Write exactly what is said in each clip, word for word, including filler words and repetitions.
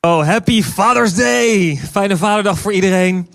Oh, happy Father's Day! Fijne vaderdag voor iedereen.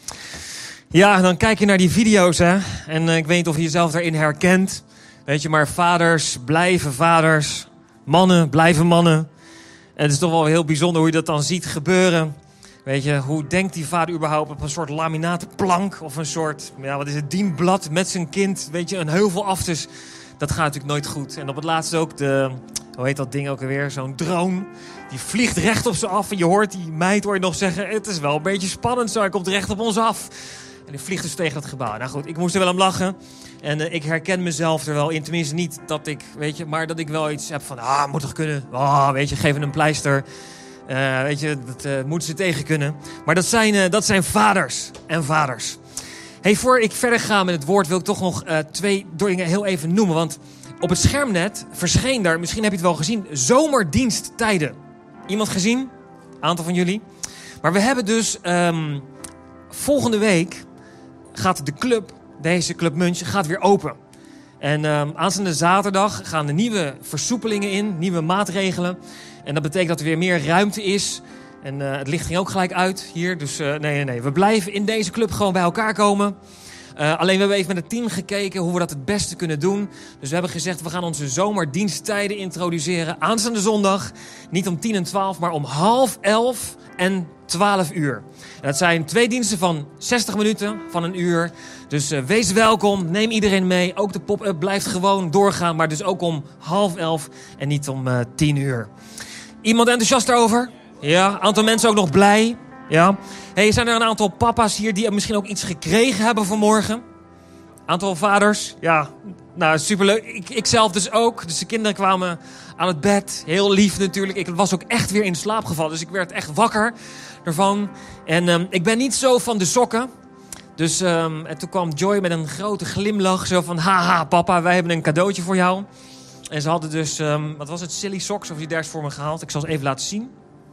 Ja, dan kijk je naar die video's, hè. En uh, ik weet niet of je jezelf daarin herkent. Weet je, maar vaders blijven vaders. Mannen blijven mannen. En het is toch wel heel bijzonder hoe je dat dan ziet gebeuren. Weet je, hoe denkt die vader überhaupt op een soort laminatenplank? Of een soort, ja, wat is het, dienblad met zijn kind? Weet je, een heuvel af. Dus dat gaat natuurlijk nooit goed. En op het laatste ook de, hoe heet dat ding ook alweer? Zo'n drone. Die vliegt recht op ze af. En je hoort die meid hoor je nog zeggen, het is wel een beetje spannend zo. Hij komt recht op ons af. En die vliegt dus tegen het gebouw. Nou goed, ik moest er wel om lachen. En uh, ik herken mezelf er wel in. Tenminste niet dat ik, weet je, maar dat ik wel iets heb van, ah, moet toch kunnen. Ah, weet je, geef hem een pleister. Uh, weet je, dat uh, moeten ze tegen kunnen. Maar dat zijn, uh, dat zijn vaders en vaders. Hey, voor ik verder ga met het woord wil ik toch nog uh, twee dingen heel even noemen. Want op het schermnet verscheen daar, misschien heb je het wel gezien, zomerdiensttijden. Iemand gezien? Een aantal van jullie. Maar we hebben dus um, volgende week gaat de club, deze Club Munch, gaat weer open. En um, aanstaande zaterdag gaan de nieuwe versoepelingen in, nieuwe maatregelen. En dat betekent dat er weer meer ruimte is. En uh, het licht ging ook gelijk uit hier. Dus uh, nee, nee, nee. We blijven in deze club gewoon bij elkaar komen. Uh, alleen we hebben even met het team gekeken hoe we dat het beste kunnen doen. Dus we hebben gezegd, we gaan onze zomerdiensttijden introduceren. Aanstaande zondag, niet om tien en twaalf, maar om half elf en twaalf uur. En dat zijn twee diensten van zestig minuten, van een uur. Dus uh, wees welkom, neem iedereen mee. Ook de pop-up blijft gewoon doorgaan, maar dus ook om half elf en niet om uh, tien uur. Iemand enthousiast daarover? Ja, een aantal mensen ook nog blij. Ja. Hey, zijn er een aantal papa's hier die misschien ook iets gekregen hebben vanmorgen? Aantal vaders? Ja, nou superleuk. Ik, ik zelf dus ook. Dus de kinderen kwamen aan het bed. Heel lief natuurlijk. Ik was ook echt weer in slaap gevallen. Dus ik werd echt wakker ervan. En um, ik ben niet zo van de sokken. Dus um, en toen kwam Joy met een grote glimlach. Zo van, haha papa, wij hebben een cadeautje voor jou. En ze hadden dus, um, wat was het, silly socks of die daar is voor me gehaald. Ik zal ze even laten zien.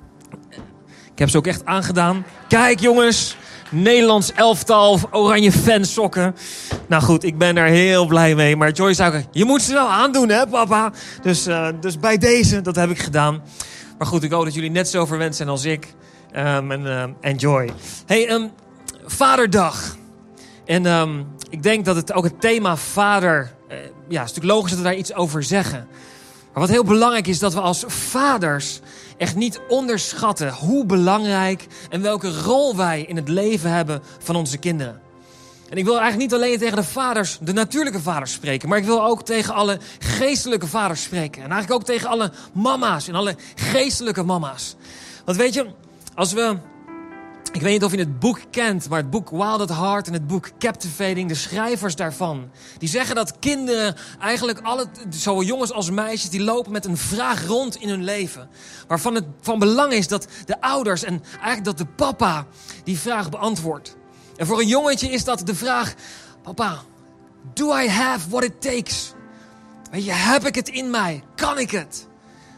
Ik heb ze ook echt aangedaan. Kijk jongens, Nederlands elftal oranje fansokken. Nou goed, ik ben er heel blij mee. Maar Joy zei, je moet ze wel aandoen hè papa. Dus, uh, dus bij deze, dat heb ik gedaan. Maar goed, ik hoop dat jullie net zo verwend zijn als ik. Um, en uh, enjoy. Hey, um, Vaderdag. En um, ik denk dat het ook het thema vader... Uh, ja, het is natuurlijk logisch dat we daar iets over zeggen. Maar wat heel belangrijk is, dat we als vaders echt niet onderschatten hoe belangrijk en welke rol wij in het leven hebben van onze kinderen. En ik wil eigenlijk niet alleen tegen de vaders, de natuurlijke vaders spreken, maar ik wil ook tegen alle geestelijke vaders spreken. En eigenlijk ook tegen alle mama's en alle geestelijke mama's. Want weet je, als we... Ik weet niet of je het boek kent, maar het boek Wild at Heart en het boek Captivating, de schrijvers daarvan, die zeggen dat kinderen, eigenlijk alle, zowel jongens als meisjes, die lopen met een vraag rond in hun leven. Waarvan het van belang is dat de ouders en eigenlijk dat de papa die vraag beantwoordt. En voor een jongetje is dat de vraag, papa, do I have what it takes? Weet je, heb ik het in mij? Kan ik het?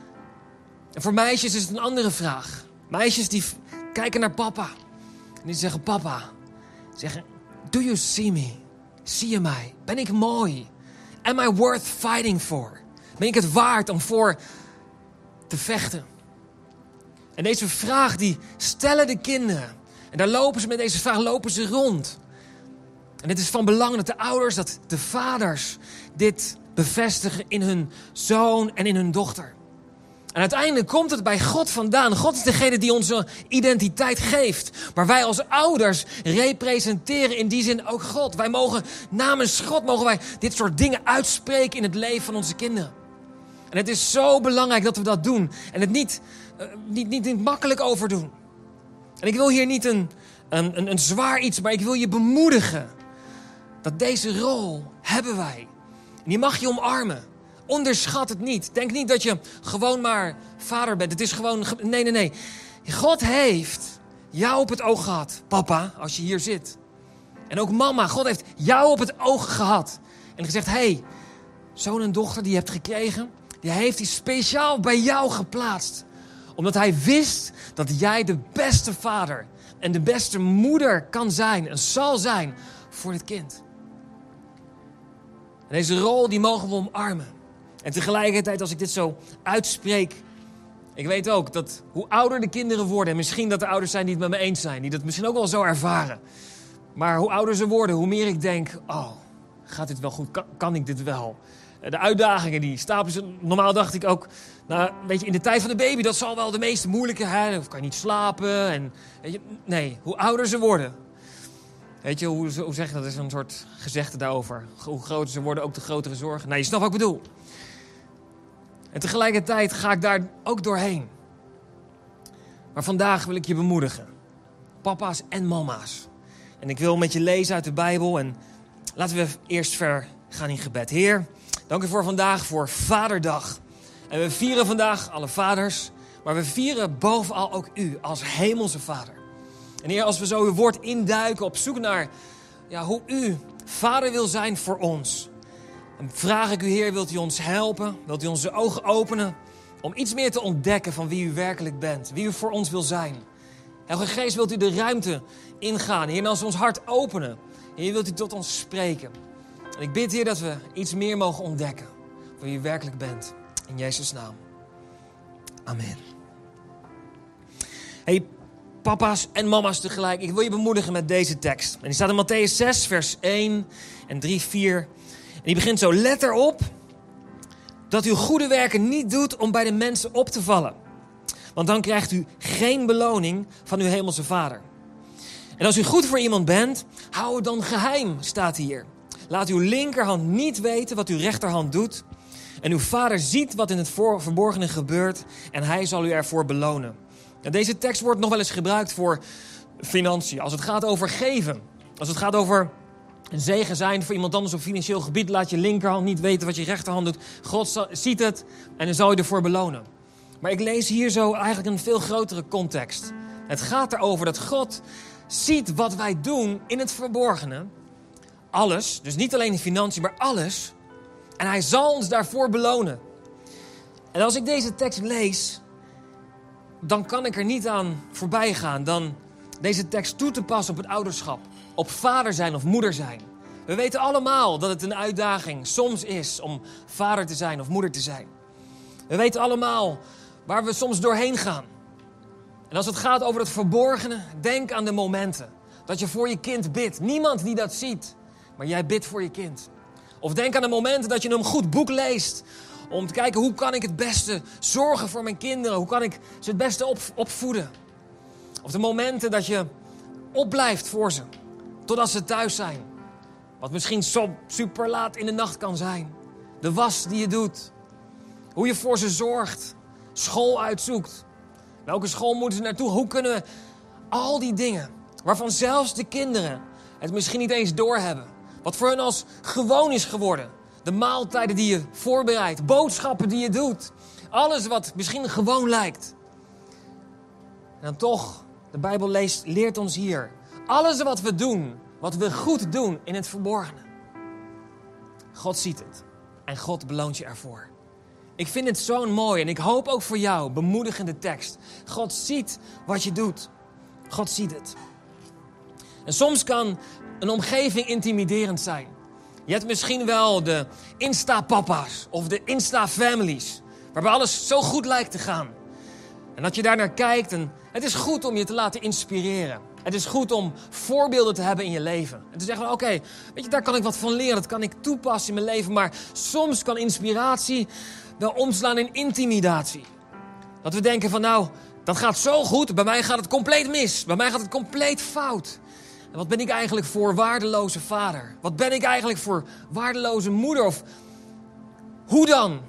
En voor meisjes is het een andere vraag. Meisjes die kijken naar papa. En die zeggen, papa, zeggen, do you see me? Zie je mij? Ben ik mooi? Am I worth fighting for? Ben ik het waard om voor te vechten? En deze vraag die stellen de kinderen. En daar lopen ze met deze vraag lopen ze rond. En het is van belang dat de ouders, dat de vaders dit bevestigen in hun zoon en in hun dochter. En uiteindelijk komt het bij God vandaan. God is degene die onze identiteit geeft. Maar wij als ouders representeren in die zin ook God. Wij mogen namens God mogen wij dit soort dingen uitspreken in het leven van onze kinderen. En het is zo belangrijk dat we dat doen. En het niet, uh, niet, niet, niet makkelijk overdoen. En ik wil hier niet een, een, een, een zwaar iets, maar ik wil je bemoedigen. Dat deze rol hebben wij. En die mag je omarmen. Onderschat het niet. Denk niet dat je gewoon maar vader bent. Het is gewoon... Nee, nee, nee. God heeft jou op het oog gehad. Papa, als je hier zit. En ook mama. God heeft jou op het oog gehad. En gezegd, hé, hey, zoon en dochter die je hebt gekregen, die heeft hij speciaal bij jou geplaatst. Omdat hij wist dat jij de beste vader en de beste moeder kan zijn en zal zijn voor dit kind. En deze rol die mogen we omarmen. En tegelijkertijd, als ik dit zo uitspreek, Ik weet ook dat hoe ouder de kinderen worden, en misschien dat er ouders zijn die het met me eens zijn, die dat misschien ook wel zo ervaren. Maar hoe ouder ze worden, hoe meer ik denk, oh, gaat dit wel goed? Kan, kan ik dit wel? De uitdagingen die stapelen ze. Normaal dacht ik ook, nou, weet je, in de tijd van de baby, dat zal wel de meest moeilijke, hè? Of kan je niet slapen? En, weet je, nee, hoe ouder ze worden. Weet je, hoe, hoe zeg je dat? Er is een soort gezegde daarover. Hoe groter ze worden, ook de grotere zorgen. Nou, je snapt wat ik bedoel. En tegelijkertijd ga ik daar ook doorheen. Maar vandaag wil ik je bemoedigen. Papa's en mama's. En ik wil met je lezen uit de Bijbel. En laten we eerst ver gaan in gebed. Heer, dank u voor vandaag, voor Vaderdag. En we vieren vandaag alle vaders. Maar we vieren bovenal ook u als hemelse Vader. En Heer, als we zo uw woord induiken op zoek naar ja, hoe u Vader wil zijn voor ons. Dan vraag ik u, Heer, wilt u ons helpen? Wilt u onze ogen openen om iets meer te ontdekken van wie u werkelijk bent? Wie u voor ons wil zijn? Heilige Geest, wilt u de ruimte ingaan? Heer, en als we ons hart openen, Heer, wilt u tot ons spreken? En ik bid, Heer, dat we iets meer mogen ontdekken van wie u werkelijk bent. In Jezus' naam. Amen. Hey, papa's en mama's tegelijk. Ik wil je bemoedigen met deze tekst. En die staat in Mattheüs zes, vers één en drie, vier. En die begint zo. Let erop dat u goede werken niet doet om bij de mensen op te vallen. Want dan krijgt u geen beloning van uw hemelse Vader. En als u goed voor iemand bent, hou het dan geheim, staat hier. Laat uw linkerhand niet weten wat uw rechterhand doet. En uw Vader ziet wat in het verborgene gebeurt en hij zal u ervoor belonen. En deze tekst wordt nog wel eens gebruikt voor financiën. Als het gaat over geven. Als het gaat over een zegen zijn voor iemand anders op financieel gebied. Laat je linkerhand niet weten wat je rechterhand doet. God ziet het en dan zal je ervoor belonen. Maar ik lees hier zo eigenlijk een veel grotere context. Het gaat erover dat God ziet wat wij doen in het verborgene. Alles, dus niet alleen de financiën, maar alles. En hij zal ons daarvoor belonen. En als ik deze tekst lees, dan kan ik er niet aan voorbij gaan dan deze tekst toe te passen op het ouderschap. Op vader zijn of moeder zijn. We weten allemaal dat het een uitdaging soms is om vader te zijn of moeder te zijn. We weten allemaal waar we soms doorheen gaan. En als het gaat over het verborgene, denk aan de momenten dat je voor je kind bidt. Niemand die dat ziet, maar jij bidt voor je kind. Of denk aan de momenten dat je een goed boek leest om te kijken hoe kan ik het beste zorgen voor mijn kinderen. Hoe kan ik ze het beste op, opvoeden. Of de momenten dat je opblijft voor ze totdat ze thuis zijn. Wat misschien zo super laat in de nacht kan zijn. De was die je doet. Hoe je voor ze zorgt. School uitzoekt. Welke school moeten ze naartoe? Hoe kunnen we al die dingen, waarvan zelfs de kinderen het misschien niet eens doorhebben. Wat voor hen als gewoon is geworden. De maaltijden die je voorbereidt. Boodschappen die je doet. Alles wat misschien gewoon lijkt. En dan toch, de Bijbel leest, leert ons hier. Alles wat we doen, wat we goed doen in het verborgene. God ziet het. En God beloont je ervoor. Ik vind het zo mooi en ik hoop ook voor jou, bemoedigende tekst. God ziet wat je doet. God ziet het. En soms kan een omgeving intimiderend zijn. Je hebt misschien wel de Insta-papa's of de Insta-families, waarbij alles zo goed lijkt te gaan. En dat je daar naar kijkt en het is goed om je te laten inspireren. Het is goed om voorbeelden te hebben in je leven. En te zeggen, oké, okay, weet je, daar kan ik wat van leren, dat kan ik toepassen in mijn leven. Maar soms kan inspiratie wel omslaan in intimidatie. Dat we denken van nou, dat gaat zo goed, bij mij gaat het compleet mis. Bij mij gaat het compleet fout. En wat ben ik eigenlijk voor waardeloze vader? Wat ben ik eigenlijk voor waardeloze moeder? Of hoe dan?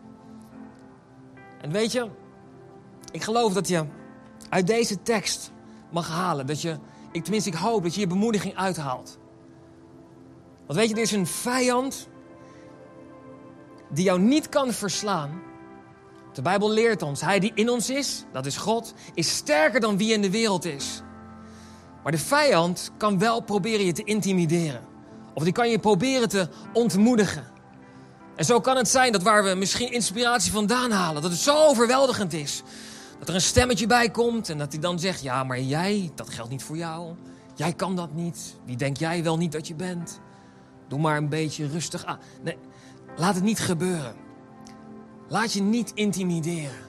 En weet je, ik geloof dat je uit deze tekst mag halen. Dat je, ik, tenminste ik hoop dat je je bemoediging uithaalt. Want weet je, er is een vijand die jou niet kan verslaan. De Bijbel leert ons, hij die in ons is, dat is God, is sterker dan wie in de wereld is. Maar de vijand kan wel proberen je te intimideren. Of die kan je proberen te ontmoedigen. En zo kan het zijn dat waar we misschien inspiratie vandaan halen, dat het zo overweldigend is. Dat er een stemmetje bij komt en dat hij dan zegt, ja, maar jij, dat geldt niet voor jou. Jij kan dat niet. Wie denk jij wel niet dat je bent? Doe maar een beetje rustig aan. Nee, laat het niet gebeuren. Laat je niet intimideren.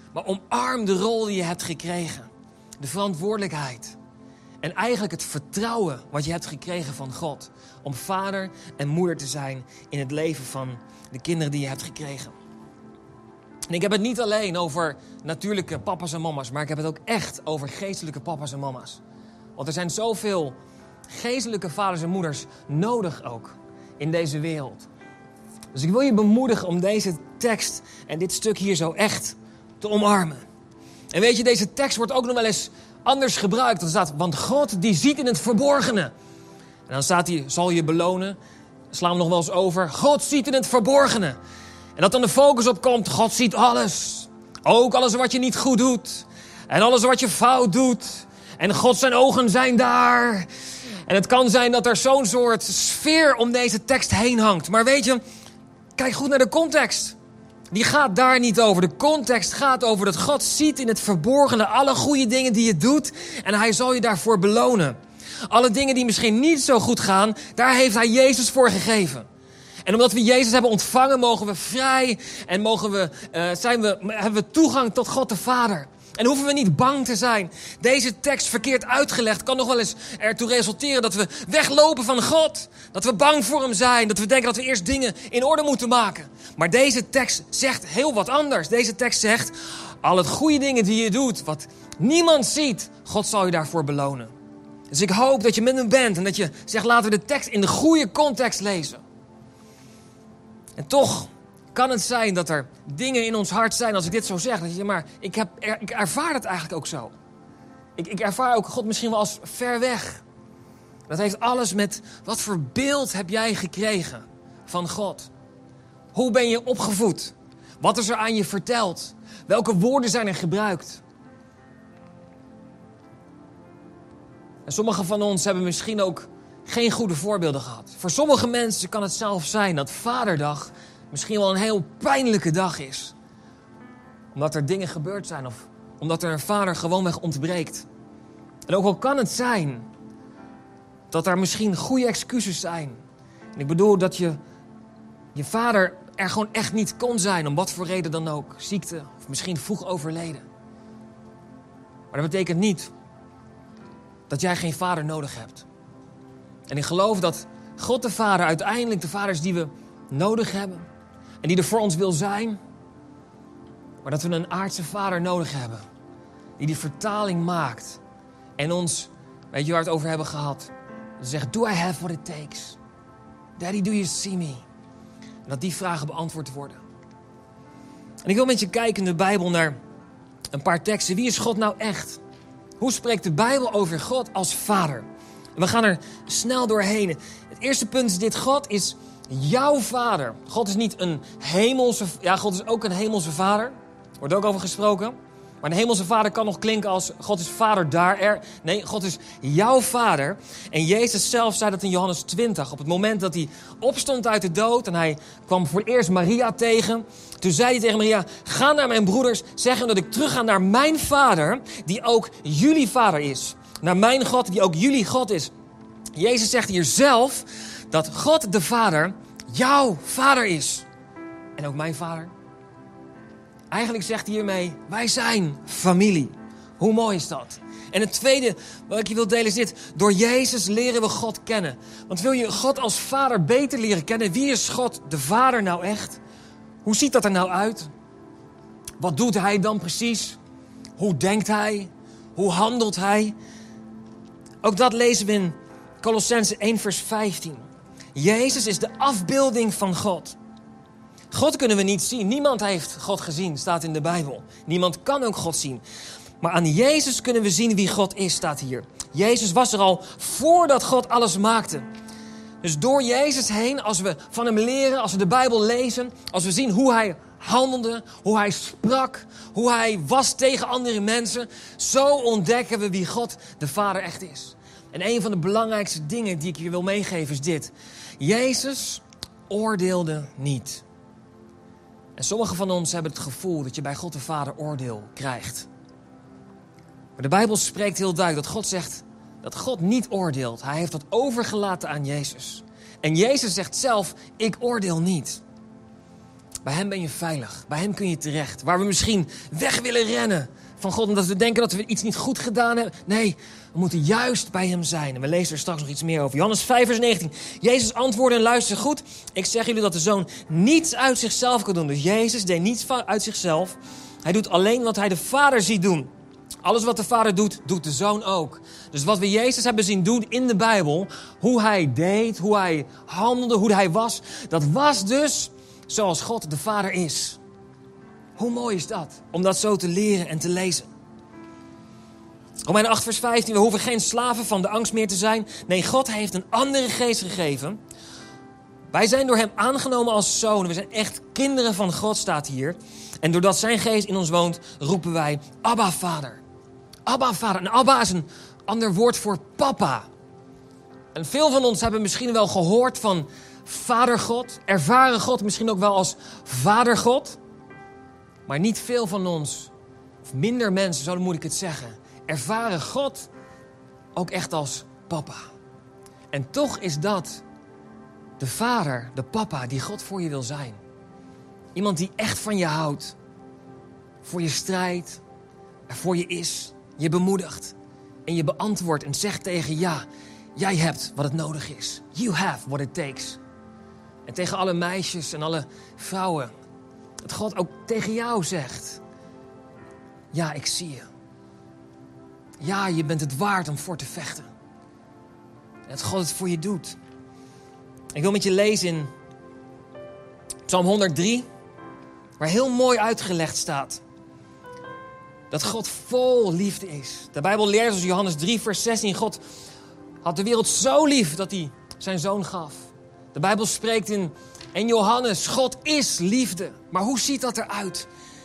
Maar omarm de rol die je hebt gekregen. De verantwoordelijkheid. En eigenlijk het vertrouwen wat je hebt gekregen van God. Om vader en moeder te zijn in het leven van de kinderen die je hebt gekregen. En ik heb het niet alleen over natuurlijke papa's en mama's. Maar ik heb het ook echt over geestelijke papa's en mama's. Want er zijn zoveel geestelijke vaders en moeders nodig ook in deze wereld. Dus ik wil je bemoedigen om deze tekst en dit stuk hier zo echt te omarmen. En weet je, deze tekst wordt ook nog wel eens anders gebruikt. Er staat, want God die ziet in het verborgene. En dan staat hij, zal je belonen. Slaan we nog wel eens over. God ziet in het verborgene. En dat dan de focus op komt, God ziet alles. Ook alles wat je niet goed doet. En alles wat je fout doet. En God zijn ogen zijn daar. En het kan zijn dat er zo'n soort sfeer om deze tekst heen hangt. Maar weet je, kijk goed naar de context. Die gaat daar niet over. De context gaat over dat God ziet in het verborgene alle goede dingen die je doet. En hij zal je daarvoor belonen. Alle dingen die misschien niet zo goed gaan, daar heeft hij Jezus voor gegeven. En omdat we Jezus hebben ontvangen, mogen we vrij en mogen we, uh, zijn we, hebben we toegang tot God de Vader. En hoeven we niet bang te zijn. Deze tekst verkeerd uitgelegd kan nog wel eens ertoe resulteren dat we weglopen van God. Dat we bang voor hem zijn. Dat we denken dat we eerst dingen in orde moeten maken. Maar deze tekst zegt heel wat anders. Deze tekst zegt, al het goede dingen die je doet, wat niemand ziet, God zal je daarvoor belonen. Dus ik hoop dat je met me bent en dat je zegt, laten we de tekst in de goede context lezen. En toch kan het zijn dat er dingen in ons hart zijn, als ik dit zo zeg, dat je zegt, maar ik, heb, er, ik ervaar het eigenlijk ook zo. Ik, ik ervaar ook God misschien wel als ver weg. Dat heeft alles met, wat voor beeld heb jij gekregen van God? Hoe ben je opgevoed? Wat is er aan je verteld? Welke woorden zijn er gebruikt? En sommigen van ons hebben misschien ook geen goede voorbeelden gehad. Voor sommige mensen kan het zelfs zijn dat Vaderdag misschien wel een heel pijnlijke dag is. Omdat er dingen gebeurd zijn of omdat er een vader gewoonweg ontbreekt. En ook al kan het zijn dat er misschien goede excuses zijn. En ik bedoel dat je, je vader er gewoon echt niet kon zijn, om wat voor reden dan ook. Ziekte of misschien vroeg overleden. Maar dat betekent niet dat jij geen vader nodig hebt. En ik geloof dat God de Vader uiteindelijk de vader is die we nodig hebben. En die er voor ons wil zijn. Maar dat we een aardse vader nodig hebben. Die die vertaling maakt. En ons, weet je waar we het over hebben gehad. Zegt, do I have what it takes? Daddy, do you see me? En dat die vragen beantwoord worden. En ik wil met je kijken in de Bijbel naar een paar teksten. Wie is God nou echt? Hoe spreekt de Bijbel over God als vader? En we gaan er snel doorheen. Het eerste punt is dit. God is jouw vader. God is niet een hemelse... Ja, God is ook een hemelse vader. Er wordt ook over gesproken. Maar een hemelse vader kan nog klinken als God is vader daar. Er. Nee, God is jouw vader. En Jezus zelf zei dat in Johannes twintig. Op het moment dat hij opstond uit de dood en hij kwam voor het eerst Maria tegen. Toen zei hij tegen Maria, ga naar mijn broeders. Zeg hem dat ik terug ga naar mijn vader, die ook jullie vader is. Naar mijn God, die ook jullie God is. Jezus zegt hier zelf dat God de Vader jouw vader is. En ook mijn vader. Eigenlijk zegt hij hiermee, wij zijn familie. Hoe mooi is dat? En het tweede wat ik je wil delen is dit. Door Jezus leren we God kennen. Want wil je God als vader beter leren kennen? Wie is God de Vader nou echt? Hoe ziet dat er nou uit? Wat doet hij dan precies? Hoe denkt hij? Hoe handelt hij? Ook dat lezen we in Kolossenzen één vers vijftien. Jezus is de afbeelding van God. God kunnen we niet zien. Niemand heeft God gezien, staat in de Bijbel. Niemand kan ook God zien. Maar aan Jezus kunnen we zien wie God is, staat hier. Jezus was er al voordat God alles maakte. Dus door Jezus heen, als we van hem leren, als we de Bijbel lezen, als we zien hoe hij handelde, hoe hij sprak, hoe hij was tegen andere mensen, zo ontdekken we wie God de Vader echt is. En een van de belangrijkste dingen die ik je wil meegeven is dit. Jezus oordeelde niet. En sommigen van ons hebben het gevoel dat je bij God de Vader oordeel krijgt. Maar de Bijbel spreekt heel duidelijk dat God zegt dat God niet oordeelt. Hij heeft dat overgelaten aan Jezus. En Jezus zegt zelf, ik oordeel niet. Bij hem ben je veilig. Bij hem kun je terecht. Waar we misschien weg willen rennen van God, omdat we denken dat we iets niet goed gedaan hebben. Nee, we moeten juist bij hem zijn. En we lezen er straks nog iets meer over. Johannes vijf vers negentien. Jezus antwoordde en luister goed. Ik zeg jullie dat de Zoon niets uit zichzelf kan doen. Dus Jezus deed niets uit zichzelf. Hij doet alleen wat hij de Vader ziet doen. Alles wat de Vader doet, doet de Zoon ook. Dus wat we Jezus hebben zien doen in de Bijbel, hoe hij deed, hoe hij handelde, hoe hij was, dat was dus zoals God de Vader is. Hoe mooi is dat? Om dat zo te leren en te lezen. Romeinen acht vers vijftien. We hoeven geen slaven van de angst meer te zijn. Nee, God heeft een andere geest gegeven. Wij zijn door hem aangenomen als zonen. We zijn echt kinderen van God, staat hier. En doordat zijn geest in ons woont, roepen wij Abba, Vader. Abba, Vader. En Abba is een ander woord voor papa. En veel van ons hebben misschien wel gehoord van Vader God. Ervaren God misschien ook wel als Vader God. Maar niet veel van ons, of minder mensen, zo moet ik het zeggen, ervaren God ook echt als papa. En toch is dat de vader, de papa die God voor je wil zijn. Iemand die echt van je houdt. Voor je strijdt, er voor je is, je bemoedigt. En je beantwoordt en zegt tegen ja, jij hebt wat het nodig is. You have what it takes. En tegen alle meisjes en alle vrouwen, dat God ook tegen jou zegt. Ja, ik zie je. Ja, je bent het waard om voor te vechten. En dat God het voor je doet. Ik wil met je lezen in Psalm honderddrie. Waar heel mooi uitgelegd staat. Dat God vol liefde is. De Bijbel leert ons Johannes drie vers zestien. God had de wereld zo lief dat hij zijn zoon gaf. De Bijbel spreekt in En Johannes, God is liefde. Maar hoe ziet dat eruit?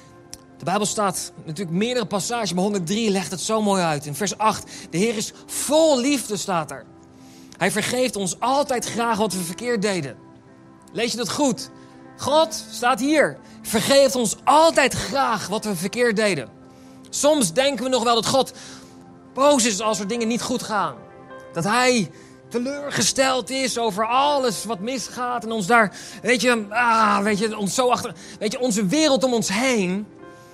De Bijbel staat natuurlijk meerdere passages, maar honderddrie legt het zo mooi uit. In vers acht, de Heer is vol liefde, staat er. Hij vergeeft ons altijd graag wat we verkeerd deden. Lees je dat goed? God, staat hier, vergeeft ons altijd graag wat we verkeerd deden. Soms denken we nog wel dat God boos is als er dingen niet goed gaan. Dat hij teleurgesteld is over alles wat misgaat en ons daar, weet je, ah, weet je, ons zo achter, weet je, onze wereld om ons heen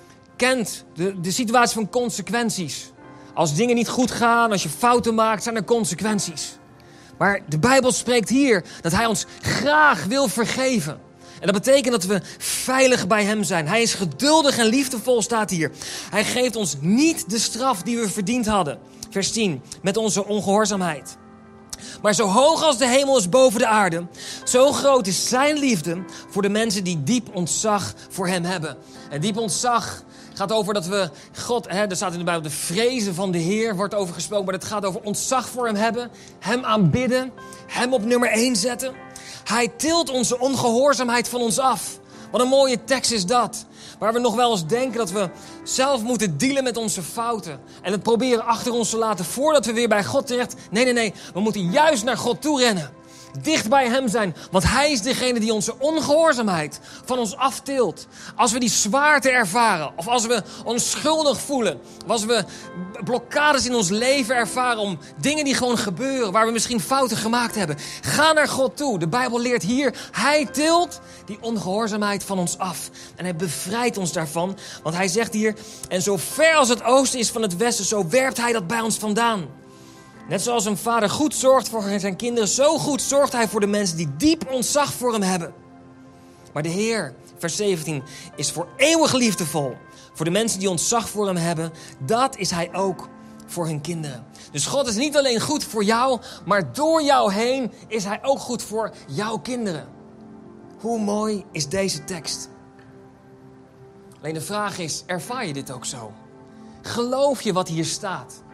kent de, de situatie van consequenties. Als dingen niet goed gaan, als je fouten maakt, zijn er consequenties. Maar de Bijbel spreekt hier dat hij ons graag wil vergeven. En dat betekent dat we veilig bij hem zijn. Hij is geduldig en liefdevol, staat hier. Hij geeft ons niet de straf die we verdiend hadden. Vers tien, met onze ongehoorzaamheid. Maar zo hoog als de hemel is boven de aarde, zo groot is zijn liefde voor de mensen die diep ontzag voor hem hebben. En diep ontzag gaat over dat we God, hè, er staat in de Bijbel, de vrezen van de Heer wordt over gesproken, maar het gaat over ontzag voor hem hebben, hem aanbidden, hem op nummer één zetten. Hij tilt onze ongehoorzaamheid van ons af. Wat een mooie tekst is dat. Waar we nog wel eens denken dat we zelf moeten dealen met onze fouten. En het proberen achter ons te laten voordat we weer bij God terecht. Nee, nee, nee. We moeten juist naar God toe rennen. Dicht bij hem zijn. Want hij is degene die onze ongehoorzaamheid van ons aftilt. Als we die zwaarte ervaren. Of als we ons schuldig voelen. Of als we blokkades in ons leven ervaren om dingen die gewoon gebeuren. Waar we misschien fouten gemaakt hebben. Ga naar God toe. De Bijbel leert hier. Hij tilt die ongehoorzaamheid van ons af. En hij bevrijdt ons daarvan. Want hij zegt hier. En zo ver als het oosten is van het westen. Zo werpt hij dat bij ons vandaan. Net zoals een vader goed zorgt voor zijn kinderen, zo goed zorgt hij voor de mensen die diep ontzag voor hem hebben. Maar de Heer, vers zeventien, is voor eeuwig liefdevol. Voor de mensen die ontzag voor hem hebben, dat is hij ook voor hun kinderen. Dus God is niet alleen goed voor jou, maar door jou heen is hij ook goed voor jouw kinderen. Hoe mooi is deze tekst? Alleen de vraag is, ervaar je dit ook zo? Geloof je wat hier staat?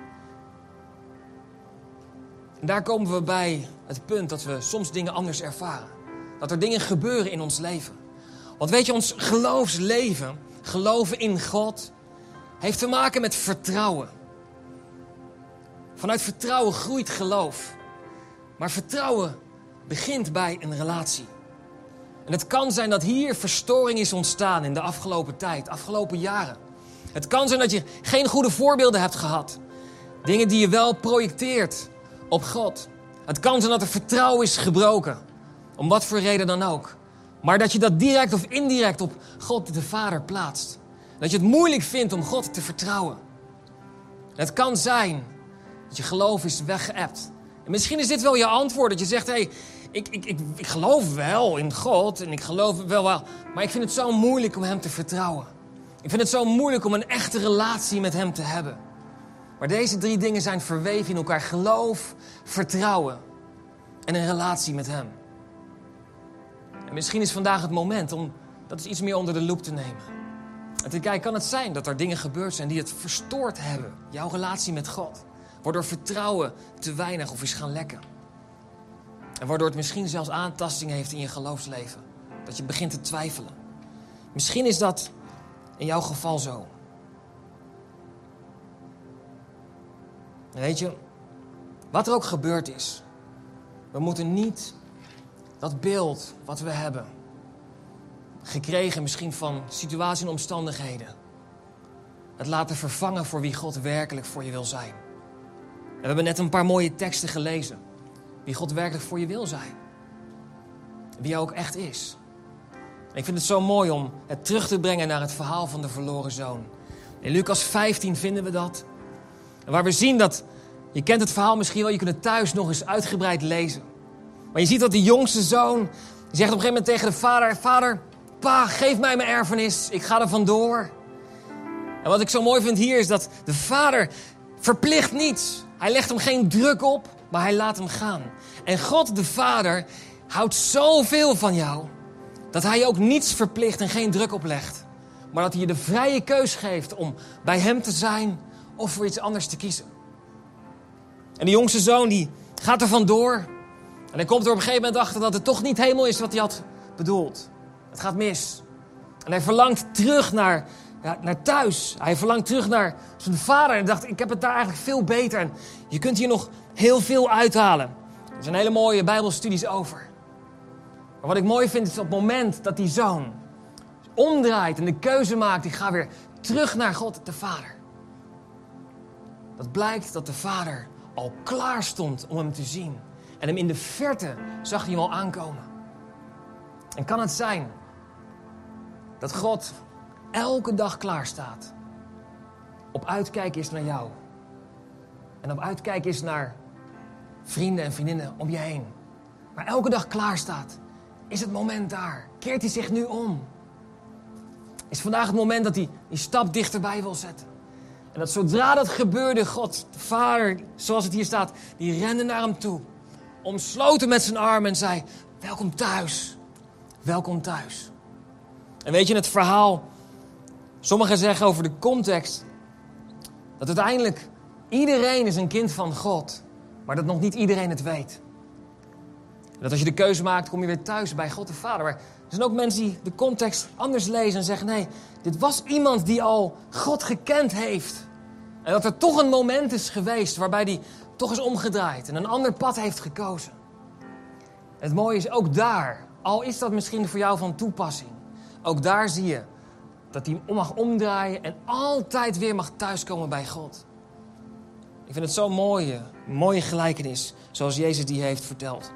En daar komen we bij het punt dat we soms dingen anders ervaren. Dat er dingen gebeuren in ons leven. Want weet je, ons geloofsleven, geloven in God, heeft te maken met vertrouwen. Vanuit vertrouwen groeit geloof. Maar vertrouwen begint bij een relatie. En het kan zijn dat hier verstoring is ontstaan in de afgelopen tijd, afgelopen jaren. Het kan zijn dat je geen goede voorbeelden hebt gehad. Dingen die je wel projecteert op God. Het kan zijn dat er vertrouwen is gebroken. Om wat voor reden dan ook. Maar dat je dat direct of indirect op God de Vader plaatst. Dat je het moeilijk vindt om God te vertrouwen. Het kan zijn dat je geloof is weggeëpt. En misschien is dit wel je antwoord. Dat je zegt, hé, hey, ik, ik, ik, ik geloof wel in God. En ik geloof wel wel. Maar ik vind het zo moeilijk om hem te vertrouwen. Ik vind het zo moeilijk om een echte relatie met hem te hebben. Maar deze drie dingen zijn verweven in elkaar. Geloof, vertrouwen en een relatie met hem. En misschien is vandaag het moment om dat eens iets meer onder de loep te nemen. En te kijken, kan het zijn dat er dingen gebeurd zijn die het verstoord hebben. Jouw relatie met God. Waardoor vertrouwen te weinig of is gaan lekken. En waardoor het misschien zelfs aantasting heeft in je geloofsleven. Dat je begint te twijfelen. Misschien is dat in jouw geval zo. En weet je, wat er ook gebeurd is. We moeten niet dat beeld wat we hebben gekregen misschien van situaties en omstandigheden, het laten vervangen voor wie God werkelijk voor je wil zijn. En we hebben net een paar mooie teksten gelezen. Wie God werkelijk voor je wil zijn. Wie hij ook echt is. En ik vind het zo mooi om het terug te brengen naar het verhaal van de verloren zoon. In Lucas vijftien vinden we dat. En waar we zien dat, je kent het verhaal misschien wel, je kunt het thuis nog eens uitgebreid lezen. Maar je ziet dat de jongste zoon, die zegt op een gegeven moment tegen de vader, vader, pa, geef mij mijn erfenis, ik ga er vandoor. En wat ik zo mooi vind hier is dat de vader verplicht niets. Hij legt hem geen druk op, maar hij laat hem gaan. En God de Vader houdt zoveel van jou, dat hij je ook niets verplicht en geen druk oplegt. Maar dat hij je de vrije keus geeft om bij hem te zijn of voor iets anders te kiezen. En de jongste zoon die gaat er vandoor. En hij komt er op een gegeven moment achter dat het toch niet helemaal is wat hij had bedoeld. Het gaat mis. En hij verlangt terug naar, ja, naar thuis. Hij verlangt terug naar zijn vader. En dacht, ik heb het daar eigenlijk veel beter. En je kunt hier nog heel veel uithalen. Er zijn hele mooie bijbelstudies over. Maar wat ik mooi vind is op het moment dat die zoon omdraait en de keuze maakt, ik ga weer terug naar God de Vader. Dat blijkt dat de vader al klaar stond om hem te zien. En hem in de verte zag hij hem al aankomen. En kan het zijn dat God elke dag klaar staat. Op uitkijk is naar jou. En op uitkijk is naar vrienden en vriendinnen om je heen. Maar elke dag klaar staat. Is het moment daar? Keert hij zich nu om? Is vandaag het moment dat hij die stap dichterbij wil zetten? En dat zodra dat gebeurde, God, de Vader, zoals het hier staat, die rende naar hem toe. Omsloot hem met zijn armen en zei, welkom thuis. Welkom thuis. En weet je, het verhaal, sommigen zeggen over de context, dat uiteindelijk iedereen is een kind van God, maar dat nog niet iedereen het weet. Dat als je de keuze maakt, kom je weer thuis bij God de Vader. Maar er zijn ook mensen die de context anders lezen en zeggen, nee, dit was iemand die al God gekend heeft. En dat er toch een moment is geweest waarbij hij toch is omgedraaid en een ander pad heeft gekozen. En het mooie is, ook daar, al is dat misschien voor jou van toepassing, ook daar zie je dat hij mag omdraaien en altijd weer mag thuiskomen bij God. Ik vind het zo'n mooie, mooie gelijkenis, zoals Jezus die heeft verteld.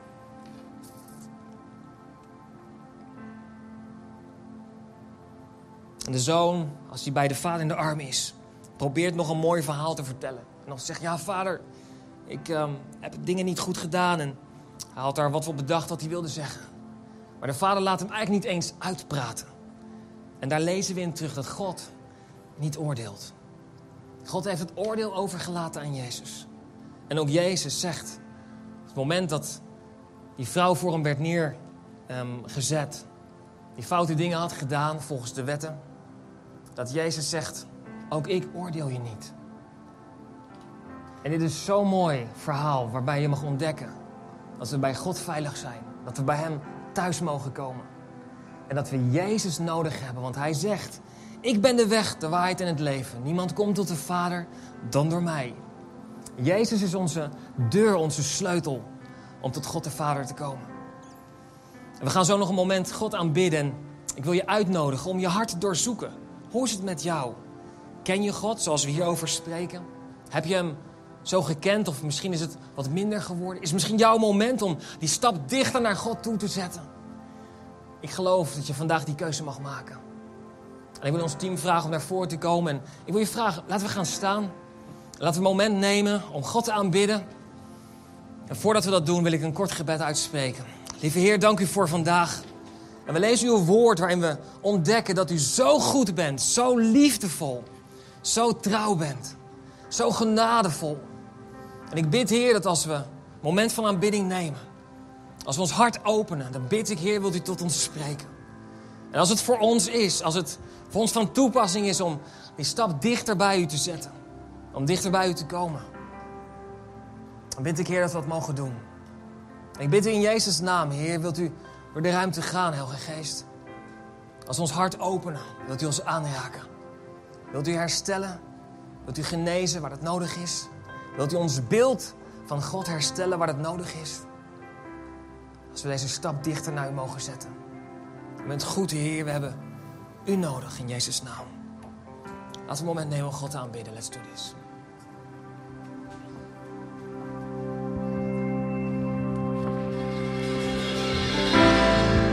En de zoon, als hij bij de vader in de arm is, probeert nog een mooi verhaal te vertellen. En dan zegt, ja vader, ik um, heb dingen niet goed gedaan. En hij had daar wat op bedacht wat hij wilde zeggen. Maar de vader laat hem eigenlijk niet eens uitpraten. En daar lezen we in terug dat God niet oordeelt. God heeft het oordeel overgelaten aan Jezus. En ook Jezus zegt, op het moment dat die vrouw voor hem werd neergezet, um, die foute dingen had gedaan volgens de wetten, dat Jezus zegt, ook ik oordeel je niet. En dit is zo'n mooi verhaal waarbij je mag ontdekken dat we bij God veilig zijn. Dat we bij hem thuis mogen komen. En dat we Jezus nodig hebben, want hij zegt, ik ben de weg, de waarheid en het leven. Niemand komt tot de Vader dan door mij. Jezus is onze deur, onze sleutel om tot God de Vader te komen. En we gaan zo nog een moment God aanbidden. En ik wil je uitnodigen om je hart te doorzoeken. Hoe is het met jou? Ken je God zoals we hierover spreken? Heb je hem zo gekend of misschien is het wat minder geworden? Is het misschien jouw moment om die stap dichter naar God toe te zetten? ik geloof dat je vandaag die keuze mag maken. En ik wil ons team vragen om naar voren te komen. En ik wil je vragen, laten we gaan staan. Laten we een moment nemen om God te aanbidden. En voordat we dat doen, wil ik een kort gebed uitspreken. Lieve Heer, dank u voor vandaag. En we lezen uw woord waarin we ontdekken dat u zo goed bent, zo liefdevol, zo trouw bent, zo genadevol. En ik bid, Heer, dat als we een moment van aanbidding nemen, als we ons hart openen, dan bid ik, Heer, wilt u tot ons spreken. En als het voor ons is, als het voor ons van toepassing is om die stap dichter bij u te zetten, om dichter bij u te komen, dan bid ik, Heer, dat we dat mogen doen. En ik bid u in Jezus' naam, Heer, wilt u door de ruimte gaan, Heilige Geest. Als we ons hart openen, wilt u ons aanraken. Wilt u herstellen, wilt u genezen waar het nodig is. Wilt u ons beeld van God herstellen waar het nodig is. Als we deze stap dichter naar u mogen zetten. U bent goed, Heer, we hebben u nodig in Jezus' naam. Laten we een moment nemen om God te aanbidden. Let's do this.